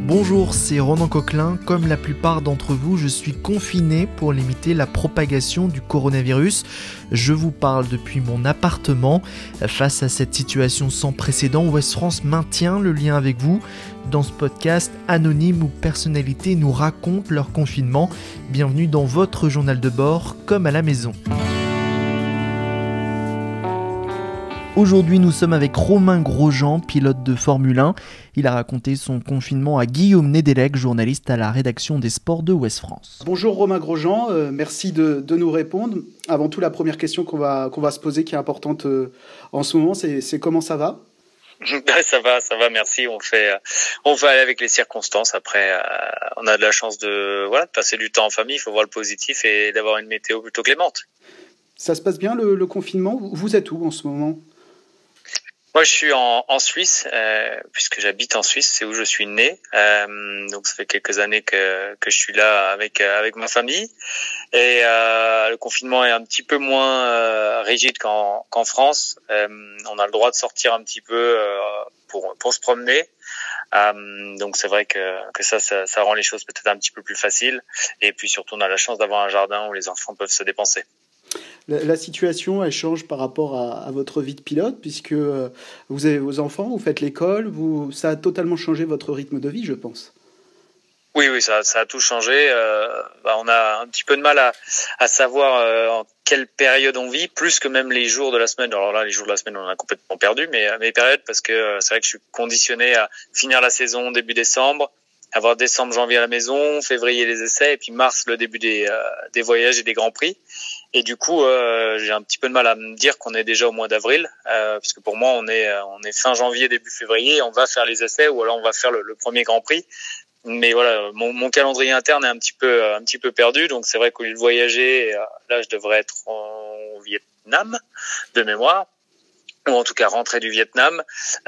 Bonjour, c'est Ronan Coquelin. Comme la plupart d'entre vous, je suis confiné pour limiter la propagation du coronavirus. Je vous parle depuis mon appartement. Face à cette situation sans précédent, Ouest France maintient le lien avec vous. Dans ce podcast, anonymes ou personnalités nous racontent leur confinement. Bienvenue dans votre journal de bord, comme à la maison. Aujourd'hui, nous sommes avec Romain Grosjean, pilote de Formule 1. Il a raconté son confinement à Guillaume Nedelec, journaliste à la rédaction des sports de Ouest France. Bonjour Romain Grosjean, merci de nous répondre. Avant tout, la première question qu'on va se poser, qui est importante en ce moment, c'est comment ça va ? Ça va, merci. On fait aller avec les circonstances. Après, on a de la chance de passer du temps en famille. Il faut voir le positif et d'avoir une météo plutôt clémente. Ça se passe bien le confinement ? Vous êtes où en ce moment ? Moi, je suis en Suisse, puisque j'habite en Suisse, c'est où je suis né. Donc, ça fait quelques années que je suis là avec ma famille. Et le confinement est un petit peu moins rigide qu'en France. On a le droit de sortir un petit peu pour se promener. Donc, c'est vrai que ça rend les choses peut-être un petit peu plus faciles. Et puis surtout, on a la chance d'avoir un jardin où les enfants peuvent se dépenser. La situation, elle change par rapport à votre vie de pilote, puisque vous avez vos enfants, vous faites l'école, ça a totalement changé votre rythme de vie, je pense. Oui, ça a tout changé. On a un petit peu de mal à savoir en quelle période on vit, plus que même les jours de la semaine. Alors là, les jours de la semaine, on a complètement perdu, mais mes périodes, parce que c'est vrai que je suis conditionné à finir la saison début décembre, avoir décembre, janvier à la maison, février les essais, et puis mars le début des voyages et des grands prix. Et du coup, j'ai un petit peu de mal à me dire qu'on est déjà au mois d'avril, puisque pour moi, on est fin janvier, début février, on va faire les essais, ou alors on va faire le premier Grand Prix. Mais voilà, mon calendrier interne est un petit peu perdu, donc c'est vrai qu'au lieu de voyager, là, je devrais être au Vietnam, de mémoire, ou en tout cas rentrer du Vietnam,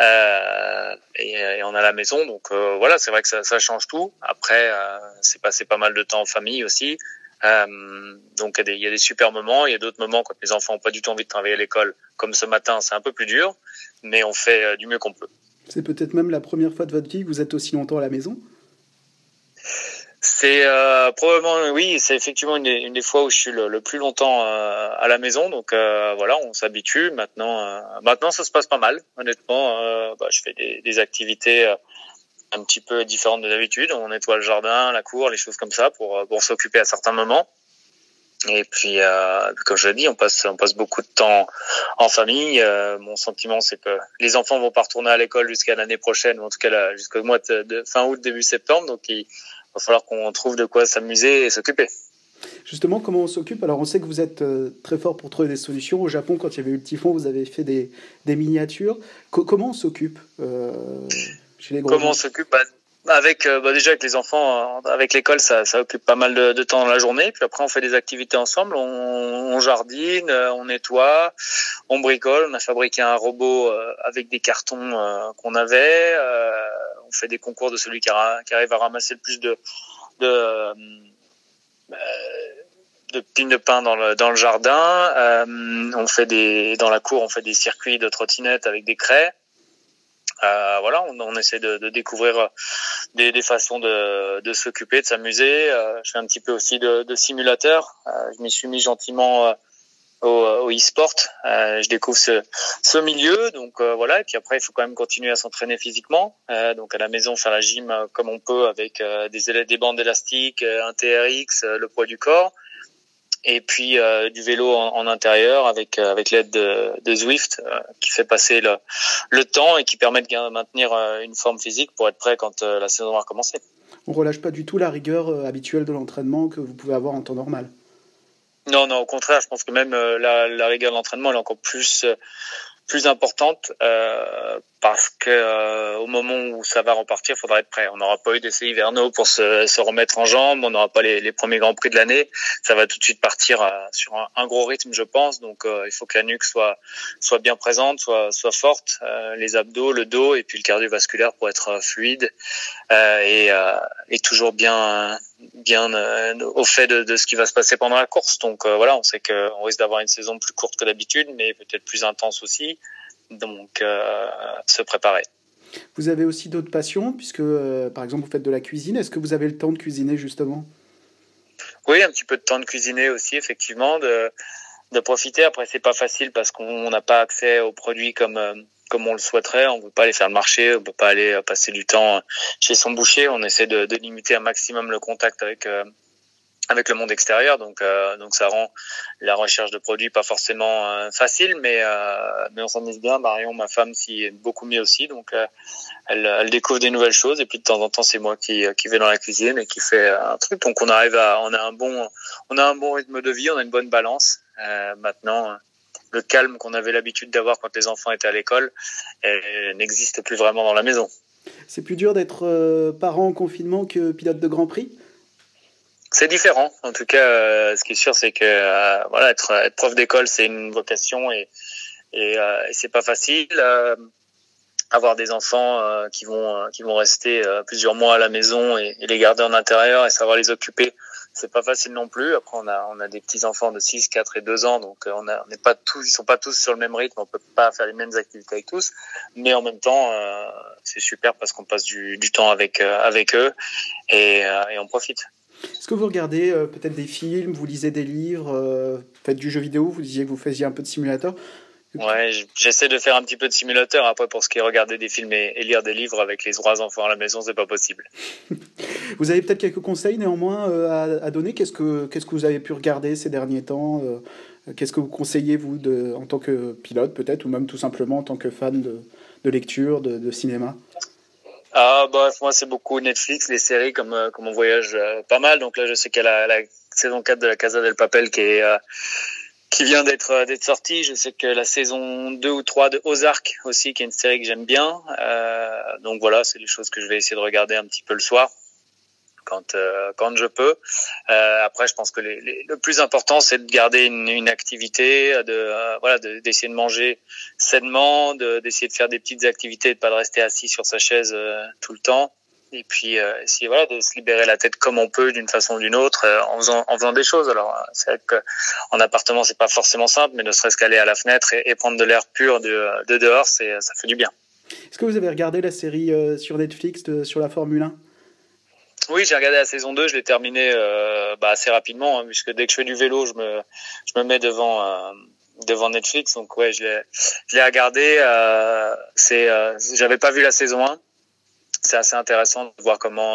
et on a la maison, donc c'est vrai que ça change tout. Après, c'est passé pas mal de temps en famille aussi. Donc il y a des super moments, il y a d'autres moments quand les enfants n'ont pas du tout envie de travailler à l'école, comme ce matin, c'est un peu plus dur, mais on fait du mieux qu'on peut. C'est peut-être même la première fois de votre vie que vous êtes aussi longtemps à la maison ? C'est probablement, oui, c'est effectivement une des fois où je suis le plus longtemps à la maison, donc on s'habitue. Maintenant ça se passe pas mal, honnêtement. Je fais des activités un petit peu différentes de d'habitude. On nettoie le jardin, la cour, les choses comme ça pour s'occuper à certains moments. Et puis, comme je l'ai dit, on passe beaucoup de temps en famille. Mon sentiment, c'est que les enfants vont pas retourner à l'école jusqu'à l'année prochaine, ou en tout cas jusqu'au mois de fin août, début septembre. Donc, il va falloir qu'on trouve de quoi s'amuser et s'occuper. Justement, comment on s'occupe ? Alors, on sait que vous êtes très fort pour trouver des solutions. Au Japon, quand il y avait eu le typhon, vous avez fait des miniatures. Comment on s'occupe chez les gros ? Comment on s'occupe ? Déjà avec les enfants, avec l'école, ça occupe pas mal de temps dans la journée. Puis après, on fait des activités ensemble. On jardine, on nettoie, on bricole. On a fabriqué un robot avec des cartons qu'on avait. On fait des concours de celui qui arrive à ramasser le plus de pines de pin dans le jardin. Dans la cour, on fait des circuits de trottinettes avec des craies. On essaie de découvrir des façons de s'occuper, de s'amuser. Je fais un petit peu aussi de simulateur. Je m'y suis mis gentiment au e-sport. Je découvre ce milieu, donc Et puis après, il faut quand même continuer à s'entraîner physiquement. Donc à la maison, faire la gym comme on peut avec des bandes élastiques, un TRX, le poids du corps. Et puis du vélo en intérieur avec l'aide de Zwift qui fait passer le temps et qui permet de maintenir une forme physique pour être prêt quand la saison va recommencer. On relâche pas du tout la rigueur habituelle de l'entraînement que vous pouvez avoir en temps normal ? Non, au contraire, je pense que même la rigueur de l'entraînement elle est encore plus importante parce que au moment où ça va repartir, il faudra être prêt. On n'aura pas eu d'essais hivernaux pour se remettre en jambes, on n'aura pas les premiers grands prix de l'année. Ça va tout de suite partir sur un gros rythme, je pense. Donc il faut que la nuque soit bien présente, soit forte, les abdos, le dos et puis le cardiovasculaire pour être fluide et toujours bien au fait de ce qui va se passer pendant la course. Donc on sait qu'on risque d'avoir une saison plus courte que d'habitude, mais peut-être plus intense aussi. Donc se préparer. Vous avez aussi d'autres passions, puisque par exemple vous faites de la cuisine. Est-ce que vous avez le temps de cuisiner justement? Oui, un petit peu de temps de cuisiner aussi, effectivement, de profiter. Après, c'est pas facile parce qu'on n'a pas accès aux produits comme on le souhaiterait. On ne peut pas aller faire le marché, on peut pas aller passer du temps chez son boucher. On essaie de limiter un maximum le contact avec le monde extérieur, donc ça rend la recherche de produits pas forcément facile, mais on s'amuse bien. Marion, ma femme, s'y est beaucoup mieux aussi, donc elle découvre des nouvelles choses, et puis de temps en temps c'est moi qui vais dans la cuisine et qui fait un truc. Donc on a un bon rythme de vie, on a une bonne balance. Maintenant, le calme qu'on avait l'habitude d'avoir quand les enfants étaient à l'école n'existe plus vraiment dans la maison. C'est plus dur d'être parent en confinement que pilote de Grand Prix? C'est différent. En tout cas, ce qui est sûr, c'est que être prof d'école, c'est une vocation et c'est pas facile. Avoir des enfants qui vont rester plusieurs mois à la maison et les garder en intérieur et savoir les occuper, c'est pas facile non plus. Après, on a des petits enfants de 6, 4 et 2 ans, donc on n'est pas tous, ils sont pas tous sur le même rythme. On peut pas faire les mêmes activités avec tous, mais en même temps, c'est super parce qu'on passe du temps avec eux et on profite. Est-ce que vous regardez peut-être des films, vous lisez des livres, faites du jeu vidéo, vous disiez que vous faisiez un peu de simulateur? Ouais, j'essaie de faire un petit peu de simulateur. Après, pour ce qui est regarder des films et lire des livres avec les 3 enfants à la maison, c'est pas possible. Vous avez peut-être quelques conseils néanmoins à donner? Qu'est-ce que vous avez pu regarder ces derniers temps? Qu'est-ce que vous conseillez, vous, en tant que pilote peut-être, ou même tout simplement en tant que fan de lecture, de cinéma? Moi c'est beaucoup Netflix, les séries, comme on voyage pas mal. Donc là je sais qu'il y a la saison 4 de la Casa del Papel qui vient d'être sortie. Je sais que la saison 2 ou 3 de Ozark aussi, qui est une série que j'aime bien. Donc voilà, c'est des choses que je vais essayer de regarder un petit peu le soir quand je peux. Après, je pense que le plus important, c'est de garder une activité, d'essayer de manger sainement, d'essayer de faire des petites activités, de pas de rester assis sur sa chaise tout le temps. Et puis essayer de se libérer la tête comme on peut, d'une façon ou d'une autre, en faisant des choses. Alors c'est vrai qu'en appartement c'est pas forcément simple, mais ne serait-ce qu'aller à la fenêtre et prendre de l'air pur de dehors, ça fait du bien. Est-ce que vous avez regardé la série sur Netflix sur la Formule 1? Oui, j'ai regardé la saison 2, je l'ai terminée assez rapidement, hein, puisque dès que je fais du vélo, je me mets devant Netflix. Donc ouais, je l'ai regardé. J'avais pas vu la saison 1. C'est assez intéressant de voir comment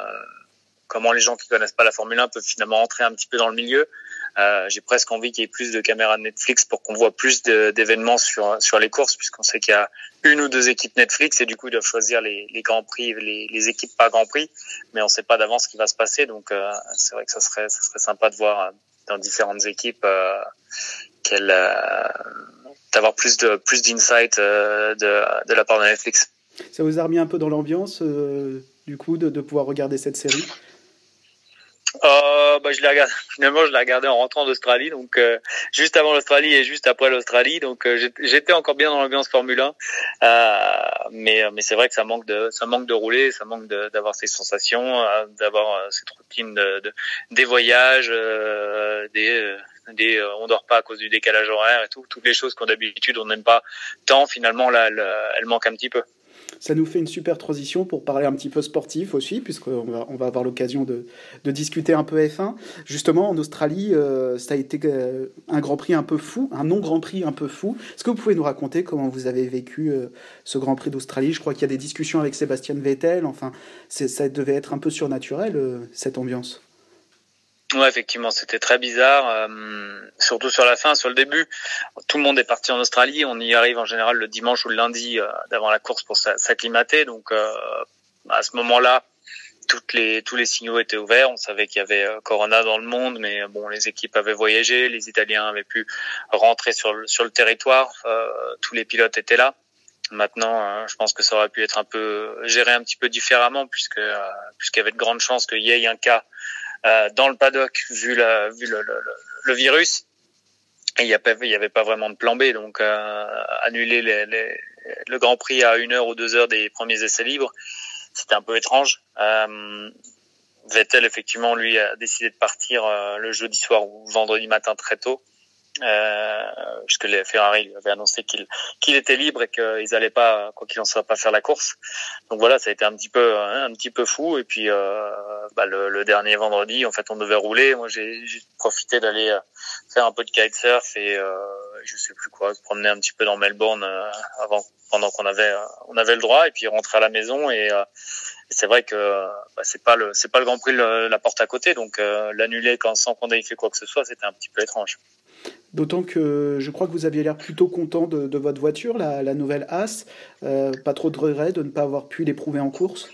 les gens qui connaissent pas la Formule 1 peuvent finalement entrer un petit peu dans le milieu. J'ai presque envie qu'il y ait plus de caméras de Netflix pour qu'on voit plus d'événements sur les courses, puisqu'on sait qu'il y a 1 ou 2 équipes Netflix et du coup ils doivent choisir les grands prix, les équipes pas grand prix, mais on sait pas d'avance ce qui va se passer. Donc c'est vrai que ça serait sympa de voir dans différentes équipes d'avoir plus d'insight de la part de Netflix. Ça vous a remis un peu dans l'ambiance, du coup, de pouvoir regarder cette série? Je l'ai regardé en rentrant d'Australie, donc juste avant l'Australie et juste après l'Australie, donc j'étais encore bien dans l'ambiance Formule 1, mais c'est vrai que ça manque de rouler, ça manque d'avoir ces sensations, d'avoir cette routine des voyages, on dort pas à cause du décalage horaire et toutes les choses qu'on d'habitude on n'aime pas tant, finalement là elles manquent un petit peu. Ça nous fait une super transition pour parler un petit peu sportif aussi, puisqu'on va avoir l'occasion de discuter un peu F1. Justement, en Australie, ça a été un Grand Prix un peu fou, un non-Grand Prix un peu fou. Est-ce que vous pouvez nous raconter comment vous avez vécu ce Grand Prix d'Australie? Je crois qu'il y a des discussions avec Sébastien Vettel. Enfin, ça devait être un peu surnaturel, cette ambiance. Ouais, effectivement, c'était très bizarre, surtout sur la fin, sur le début. Tout le monde est parti en Australie, on y arrive en général le dimanche ou le lundi d'avant la course pour s'acclimater. Donc à ce moment-là, tous les signaux étaient ouverts. On savait qu'il y avait Corona dans le monde, mais bon, les équipes avaient voyagé, les Italiens avaient pu rentrer sur le territoire, tous les pilotes étaient là. Maintenant, je pense que ça aurait pu être géré un petit peu différemment, puisqu'il y avait de grandes chances qu'il y ait un cas dans le paddock vu le virus, et il y avait pas vraiment de plan B. Donc annuler le Grand Prix à 1 heure ou 2 heures des premiers essais libres, c'était un peu étrange. Vettel effectivement lui a décidé de partir le jeudi soir ou vendredi matin très tôt, puisque les Ferrari avaient annoncé qu'il était libre et qu'ils allaient pas, quoi qu'il en soit, pas faire la course. Donc voilà, ça a été un petit peu fou. Et puis le dernier vendredi, en fait, on devait rouler. Moi, j'ai profité d'aller faire un peu de kitesurf et je sais plus quoi, se promener un petit peu dans Melbourne pendant qu'on avait le droit, et puis rentrer à la maison. Et c'est vrai que c'est pas le Grand Prix la porte à côté, donc l'annuler sans qu'on ait fait quoi que ce soit, c'était un petit peu étrange. D'autant que je crois que vous aviez l'air plutôt content de votre voiture, la nouvelle As. Pas trop de regrets de ne pas avoir pu l'éprouver en course?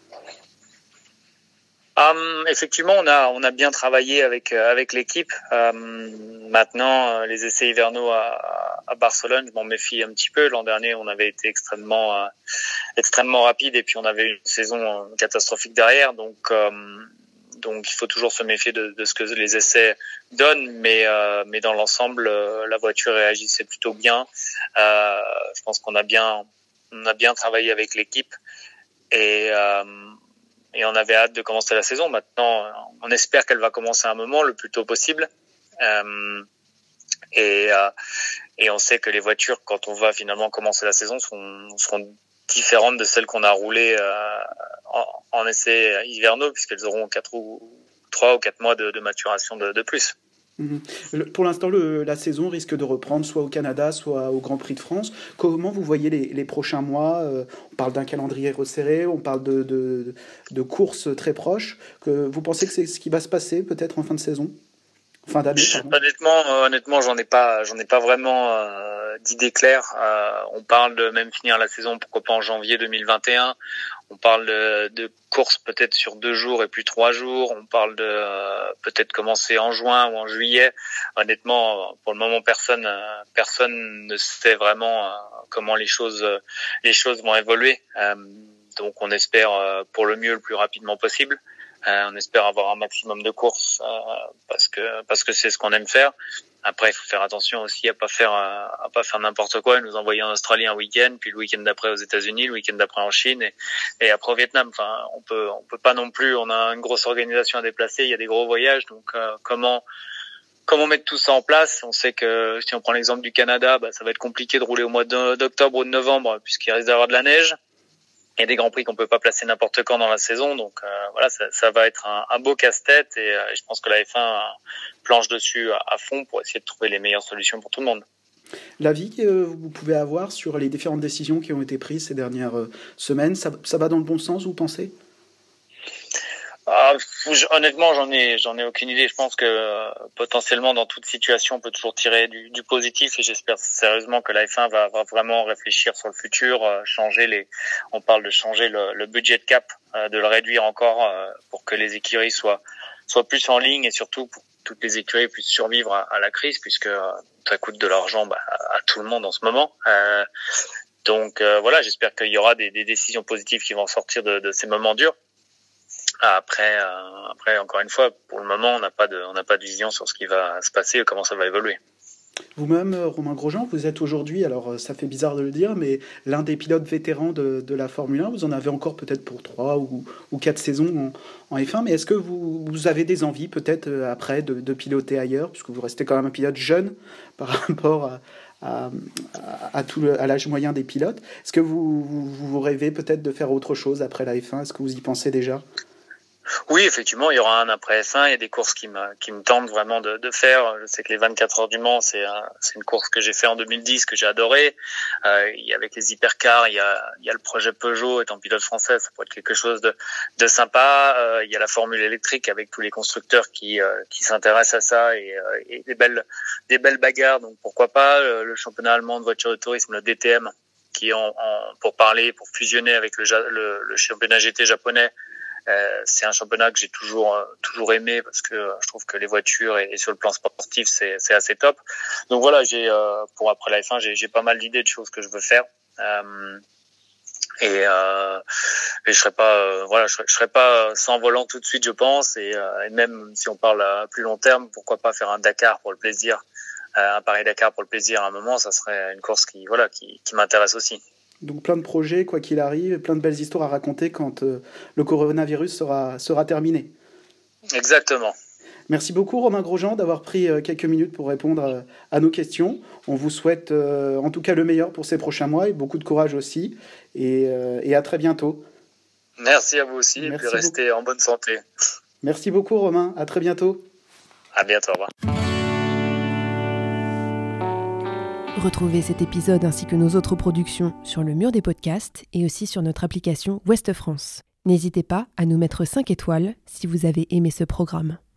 Effectivement, on a bien travaillé avec l'équipe. Maintenant, les essais hivernaux à Barcelone, je m'en méfie un petit peu. L'an dernier, on avait été extrêmement rapide, et puis on avait une saison catastrophique derrière. Donc il faut toujours se méfier de ce que les essais donnent, mais dans l'ensemble, la voiture réagissait plutôt bien. Je pense qu'on a bien travaillé avec l'équipe, et on avait hâte de commencer la saison. Maintenant, on espère qu'elle va commencer à un moment le plus tôt possible. Et on sait que les voitures, quand on va finalement commencer la saison, seront différentes de celles qu'on a roulées en essais hivernaux, puisqu'elles auront 3 ou 4 mois de maturation de plus. Pour l'instant, la saison risque de reprendre soit au Canada, soit au Grand Prix de France. Comment vous voyez les prochains mois? On parle d'un calendrier resserré, on parle de courses très proches. Vous pensez que c'est ce qui va se passer peut-être en fin de saison? Fin d'année, pardon. Honnêtement, j'en ai pas vraiment d'idée claire. On parle de même finir la saison, pourquoi pas en janvier 2021. On parle de courses peut-être sur 2 jours et puis 3 jours. On parle de peut-être commencer en juin ou en juillet. Honnêtement, pour le moment, personne ne sait vraiment comment les choses vont évoluer. Donc on espère pour le mieux le plus rapidement possible. On espère avoir un maximum de courses parce que c'est ce qu'on aime faire. Après, il faut faire attention aussi à pas faire n'importe quoi et nous envoyer en Australie un week-end, puis le week-end d'après aux États-Unis, le week-end d'après en Chine et après au Vietnam. Enfin, on peut pas non plus. On a une grosse organisation à déplacer. Il y a des gros voyages, donc comment mettre tout ça en place? On sait que si on prend l'exemple du Canada, ça va être compliqué de rouler au mois d'octobre ou de novembre puisqu'il risque d'avoir de la neige. Il y a des grands prix qu'on peut pas placer n'importe quand dans la saison, donc voilà, ça va être un beau casse-tête, et je pense que la F1 planche dessus à fond pour essayer de trouver les meilleures solutions pour tout le monde. L'avis que vous pouvez avoir sur les différentes décisions qui ont été prises ces dernières semaines, ça va dans le bon sens, vous pensez? Honnêtement, j'en ai aucune idée. Je pense que potentiellement dans toute situation, on peut toujours tirer du positif, et j'espère sérieusement que la F1 va vraiment réfléchir sur le futur, on parle de changer le budget cap, de le réduire encore pour que les écuries soient plus en ligne, et surtout pour que toutes les écuries puissent survivre à la crise, puisque ça coûte de l'argent à tout le monde en ce moment. Donc voilà, j'espère qu'il y aura des décisions positives qui vont sortir de ces moments durs. Après, encore une fois, pour le moment, on n'a pas de vision sur ce qui va se passer et comment ça va évoluer. Vous-même, Romain Grosjean, vous êtes aujourd'hui, alors ça fait bizarre de le dire, mais l'un des pilotes vétérans de la Formule 1. Vous en avez encore peut-être pour 3 ou 4 saisons en F1, mais est-ce que vous avez des envies peut-être après de piloter ailleurs, puisque vous restez quand même un pilote jeune par rapport à l'âge moyen des pilotes? Est-ce que vous rêvez peut-être de faire autre chose après la F1? Est-ce que vous y pensez déjà? Oui, effectivement, il y aura un après F1. Il y a des courses qui me tentent vraiment de faire. Je sais que les 24 heures du Mans, c'est une course que j'ai fait en 2010, que j'ai adoré. Avec les hypercars, il y a le projet Peugeot. Étant pilote français, ça pourrait être quelque chose de sympa. Il y a la formule électrique avec tous les constructeurs qui s'intéressent à ça, et des belles bagarres. Donc pourquoi pas le championnat allemand de voiture de tourisme, le DTM, qui pour fusionner avec le championnat GT japonais. C'est un championnat que j'ai toujours aimé, parce que je trouve que les voitures et sur le plan sportif c'est assez top. Donc voilà, pour après la F1, j'ai pas mal d'idées de choses que je veux faire. Et je serai pas sans volant tout de suite, je pense, et même si on parle à plus long terme, pourquoi pas faire un Dakar pour le plaisir, un Paris-Dakar pour le plaisir à un moment. Ça serait une course qui m'intéresse aussi. Donc plein de projets, quoi qu'il arrive, plein de belles histoires à raconter quand le coronavirus sera terminé. Exactement. Merci beaucoup Romain Grosjean d'avoir pris quelques minutes pour répondre à nos questions. On vous souhaite en tout cas le meilleur pour ces prochains mois et beaucoup de courage aussi. Et à très bientôt. Merci à vous aussi et puis restez en bonne santé. Merci beaucoup Romain, à très bientôt. À bientôt, au revoir. Retrouvez cet épisode ainsi que nos autres productions sur le mur des podcasts et aussi sur notre application Ouest France. N'hésitez pas à nous mettre 5 étoiles si vous avez aimé ce programme.